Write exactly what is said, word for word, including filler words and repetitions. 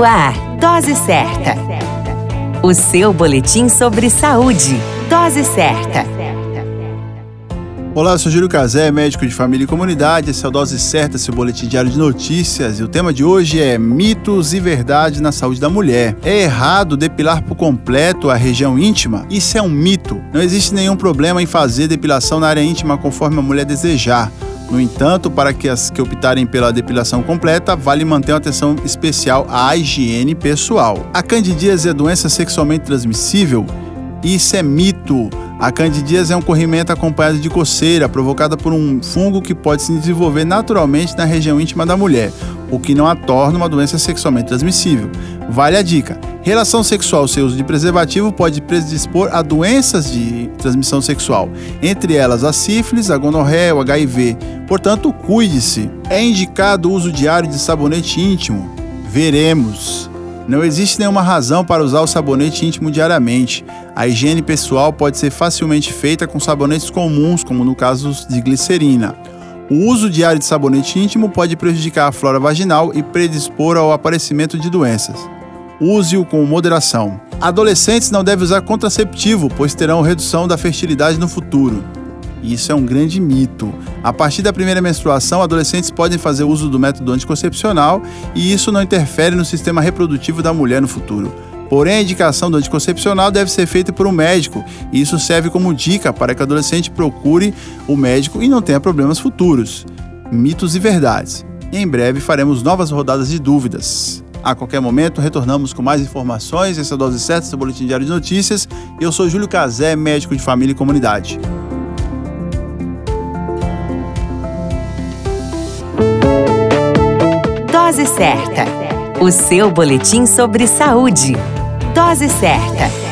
No ar, Dose Certa. O seu boletim sobre saúde. Dose Certa. Olá, eu sou Júlio Cazé, médico de família e comunidade. Esse é o Dose Certa, seu boletim diário de notícias. E o tema de hoje é mitos e verdades na saúde da mulher. É errado depilar por completo a região íntima? Isso é um mito. Não existe nenhum problema em fazer depilação na área íntima conforme a mulher desejar. No entanto, para que as que optarem pela depilação completa, vale manter uma atenção especial à higiene pessoal. A candidíase é doença sexualmente transmissível? Isso é mito. A candidíase é um corrimento acompanhado de coceira, provocada por um fungo que pode se desenvolver naturalmente na região íntima da mulher, o que não a torna uma doença sexualmente transmissível. Vale a dica: relação sexual sem uso de preservativo pode predispor a doenças de transmissão sexual, entre elas a sífilis, a gonorreia, o H I V. Portanto, cuide-se. É indicado o uso diário de sabonete íntimo? Veremos. Não existe nenhuma razão para usar o sabonete íntimo diariamente. A higiene pessoal pode ser facilmente feita com sabonetes comuns, como no caso de glicerina. O uso diário de sabonete íntimo pode prejudicar a flora vaginal e predispor ao aparecimento de doenças. Use-o com moderação. Adolescentes não devem usar contraceptivo, pois terão redução da fertilidade no futuro. Isso é um grande mito. A partir da primeira menstruação, adolescentes podem fazer uso do método anticoncepcional e isso não interfere no sistema reprodutivo da mulher no futuro. Porém, a indicação do anticoncepcional deve ser feita por um médico e isso serve como dica para que o adolescente procure o médico e não tenha problemas futuros. Mitos e verdades. E em breve faremos novas rodadas de dúvidas. A qualquer momento, retornamos com mais informações. Esse é o Dose Certa, seu boletim diário de notícias. Eu sou Júlio Cazé, médico de família e comunidade. Dose Certa. O seu boletim sobre saúde. Dose Certa.